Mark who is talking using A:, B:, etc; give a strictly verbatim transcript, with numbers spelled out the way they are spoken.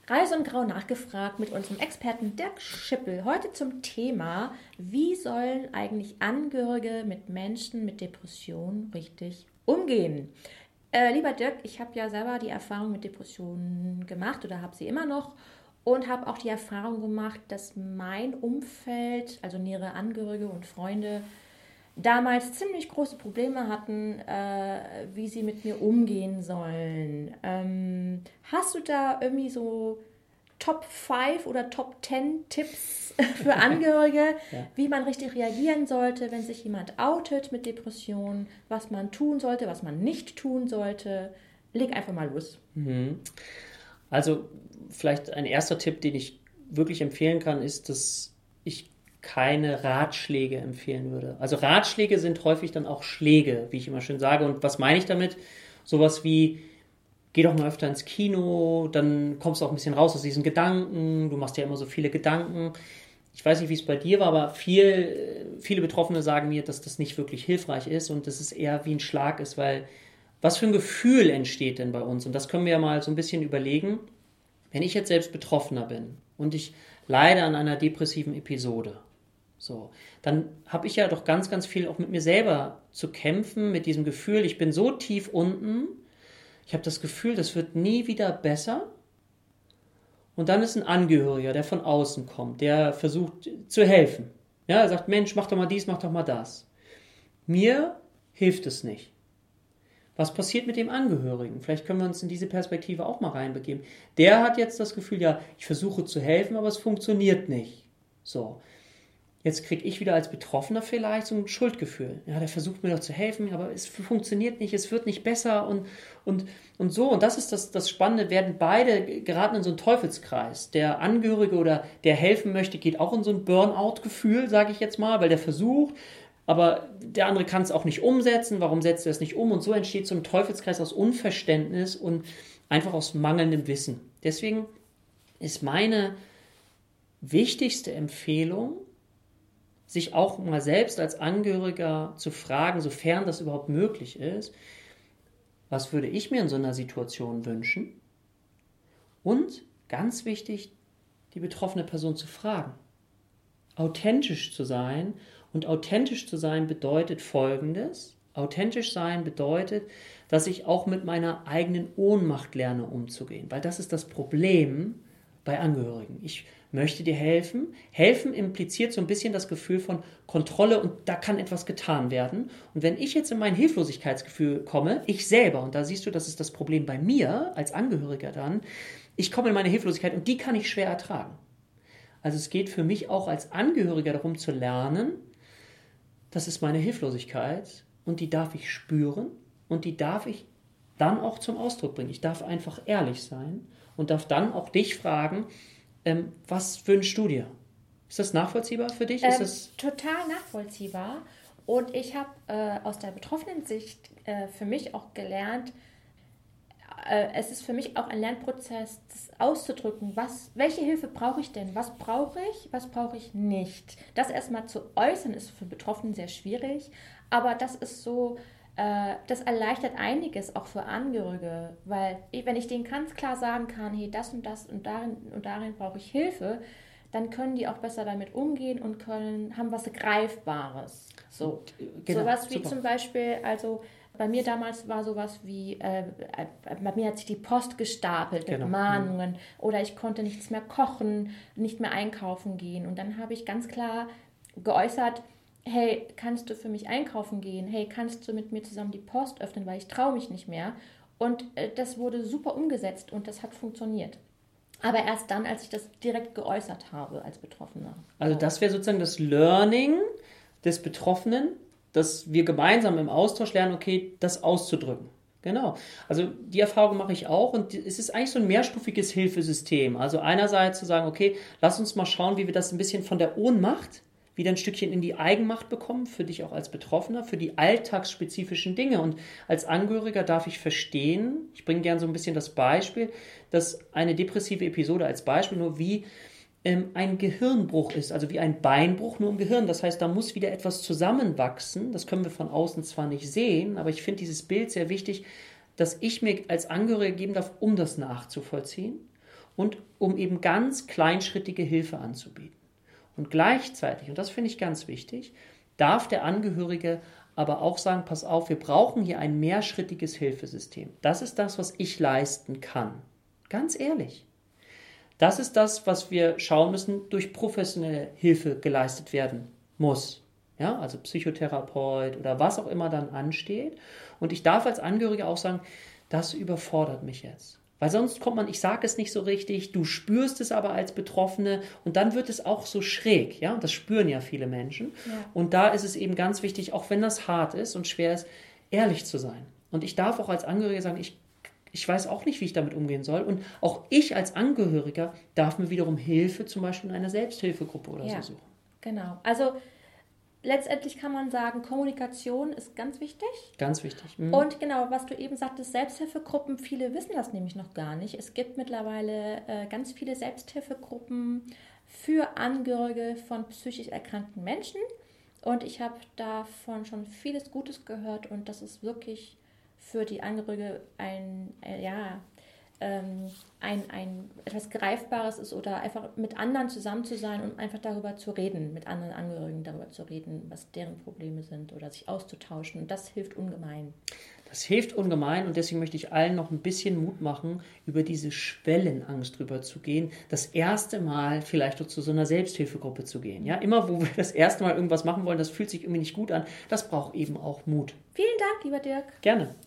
A: Reise und Grau nachgefragt mit unserem Experten Dirk Schippel. Heute zum Thema, wie sollen eigentlich Angehörige mit Menschen mit Depressionen richtig umgehen? Äh, lieber Dirk, ich habe ja selber die Erfahrung mit Depressionen gemacht oder habe sie immer noch und habe auch die Erfahrung gemacht, dass mein Umfeld, also nähere Angehörige und Freunde, damals ziemlich große Probleme hatten, äh, wie sie mit mir umgehen sollen. Ähm, hast du da irgendwie so Top fünf oder Top zehn Tipps für Angehörige, ja. wie man richtig reagieren sollte, wenn sich jemand outet mit Depressionen, was man tun sollte, was man nicht tun sollte? Leg einfach mal los.
B: Mhm. Also vielleicht ein erster Tipp, den ich wirklich empfehlen kann, ist, dass ich keine Ratschläge empfehlen würde. Also Ratschläge sind häufig dann auch Schläge, wie ich immer schön sage. Und was meine ich damit? Sowas wie, geh doch mal öfter ins Kino, dann kommst du auch ein bisschen raus aus diesen Gedanken. Du machst ja immer so viele Gedanken. Ich weiß nicht, wie es bei dir war, aber viel, viele Betroffene sagen mir, dass das nicht wirklich hilfreich ist und dass es eher wie ein Schlag ist, weil was für ein Gefühl entsteht denn bei uns? Und das können wir ja mal so ein bisschen überlegen. Wenn ich jetzt selbst Betroffener bin und ich leide an einer depressiven Episode, so, dann habe ich ja doch ganz, ganz viel auch mit mir selber zu kämpfen, mit diesem Gefühl, ich bin so tief unten, ich habe das Gefühl, das wird nie wieder besser. Und dann ist ein Angehöriger, der von außen kommt, der versucht zu helfen. Ja, er sagt, Mensch, mach doch mal dies, mach doch mal das. Mir hilft es nicht. Was passiert mit dem Angehörigen? Vielleicht können wir uns in diese Perspektive auch mal reinbegeben. Der hat jetzt das Gefühl, ja, ich versuche zu helfen, aber es funktioniert nicht. So. Jetzt kriege ich wieder als Betroffener vielleicht so ein Schuldgefühl. Ja, der versucht mir doch zu helfen, aber es funktioniert nicht, es wird nicht besser und, und, und so. Und das ist das, das Spannende, werden beide geraten in so einen Teufelskreis. Der Angehörige oder der helfen möchte, geht auch in so ein Burnout-Gefühl, sage ich jetzt mal, weil der versucht, aber der andere kann es auch nicht umsetzen. Warum setzt er es nicht um? Und so entsteht so ein Teufelskreis aus Unverständnis und einfach aus mangelndem Wissen. Deswegen ist meine wichtigste Empfehlung, sich auch mal selbst als Angehöriger zu fragen, sofern das überhaupt möglich ist, was würde ich mir in so einer Situation wünschen? Und ganz wichtig, die betroffene Person zu fragen. Authentisch zu sein. Und authentisch zu sein bedeutet Folgendes. Authentisch sein bedeutet, dass ich auch mit meiner eigenen Ohnmacht lerne, umzugehen. Weil das ist das Problem bei Angehörigen. Ich möchte dir helfen. Helfen impliziert so ein bisschen das Gefühl von Kontrolle und da kann etwas getan werden. Und wenn ich jetzt in mein Hilflosigkeitsgefühl komme, ich selber, und da siehst du, das ist das Problem bei mir als Angehöriger dann, ich komme in meine Hilflosigkeit und die kann ich schwer ertragen. Also es geht für mich auch als Angehöriger darum zu lernen, das ist meine Hilflosigkeit und die darf ich spüren und die darf ich dann auch zum Ausdruck bringen. Ich darf einfach ehrlich sein und darf dann auch dich fragen, ähm, was wünschst du dir? Ist das nachvollziehbar für dich?
A: Ähm,
B: ist das
A: total nachvollziehbar. Und ich habe äh, aus der betroffenen Sicht äh, für mich auch gelernt, äh, es ist für mich auch ein Lernprozess, das auszudrücken, was, welche Hilfe brauche ich denn? Was brauche ich, was brauche ich nicht? Das erstmal zu äußern, ist für Betroffene sehr schwierig, aber das ist so, äh, das erleichtert einiges auch für Angehörige, weil ich, wenn ich denen ganz klar sagen kann, hey, das und das und darin und darin brauche ich Hilfe, dann können die auch besser damit umgehen und können, haben was Greifbares. So, genau, sowas wie super. Zum Beispiel, also bei mir damals war sowas wie, äh, bei mir hat sich die Post gestapelt mit genau. Mahnungen mhm. oder ich konnte nichts mehr kochen, nicht mehr einkaufen gehen. Und dann habe ich ganz klar geäußert, hey, kannst du für mich einkaufen gehen? Hey, kannst du mit mir zusammen die Post öffnen, weil ich traue mich nicht mehr. Und äh, das wurde super umgesetzt und das hat funktioniert. Aber erst dann, als ich das direkt geäußert habe als Betroffener.
B: Also das wäre sozusagen das Learning des Betroffenen, dass wir gemeinsam im Austausch lernen, okay, das auszudrücken. Genau. Also die Erfahrung mache ich auch und es ist eigentlich so ein mehrstufiges Hilfesystem. Also einerseits zu sagen, okay, lass uns mal schauen, wie wir das ein bisschen von der Ohnmacht wieder ein Stückchen in die Eigenmacht bekommen, für dich auch als Betroffener, für die alltagsspezifischen Dinge. Und als Angehöriger darf ich verstehen, ich bringe gerne so ein bisschen das Beispiel, dass eine depressive Episode als Beispiel nur wie ähm, ein Gehirnbruch ist, also wie ein Beinbruch nur im Gehirn. Das heißt, da muss wieder etwas zusammenwachsen. Das können wir von außen zwar nicht sehen, aber ich finde dieses Bild sehr wichtig, dass ich mir als Angehöriger geben darf, um das nachzuvollziehen. und um eben ganz kleinschrittige Hilfe anzubieten. Und gleichzeitig, und das finde ich ganz wichtig, darf der Angehörige aber auch sagen, pass auf, wir brauchen hier ein mehrschrittiges Hilfesystem. Das ist das, was ich leisten kann. Ganz ehrlich. Das ist das, was wir schauen müssen, durch professionelle Hilfe geleistet werden muss. Ja, also Psychotherapeut oder was auch immer dann ansteht. Und ich darf als Angehöriger auch sagen, das überfordert mich jetzt. Weil sonst kommt man, ich sage es nicht so richtig, du spürst es aber als Betroffene und dann wird es auch so schräg. Ja, und das spüren ja viele Menschen. Ja. Und da ist es eben ganz wichtig, auch wenn das hart ist und schwer ist, ehrlich zu sein. Und ich darf auch als Angehöriger sagen, ich, ich weiß auch nicht, wie ich damit umgehen soll. Und auch ich als Angehöriger darf mir wiederum Hilfe, zum Beispiel in einer Selbsthilfegruppe oder ja, so suchen.
A: Genau. Also letztendlich kann man sagen, Kommunikation ist ganz wichtig.
B: Ganz wichtig. Mhm.
A: Und genau, was du eben sagtest, Selbsthilfegruppen, viele wissen das nämlich noch gar nicht. Es gibt mittlerweile äh, ganz viele Selbsthilfegruppen für Angehörige von psychisch erkrankten Menschen. Und ich habe davon schon vieles Gutes gehört und das ist wirklich für die Angehörige ein, äh, ja, ähm, ein, ein etwas Greifbares ist oder einfach mit anderen zusammen zu sein und einfach darüber zu reden, mit anderen Angehörigen darüber zu reden, was deren Probleme sind oder sich auszutauschen. Und das hilft ungemein.
B: Das hilft ungemein und deswegen möchte ich allen noch ein bisschen Mut machen, über diese Schwellenangst drüber zu gehen, das erste Mal vielleicht auch zu so einer Selbsthilfegruppe zu gehen. Ja, immer wo wir das erste Mal irgendwas machen wollen, das fühlt sich irgendwie nicht gut an, das braucht eben auch Mut.
A: Vielen Dank, lieber Dirk.
B: Gerne.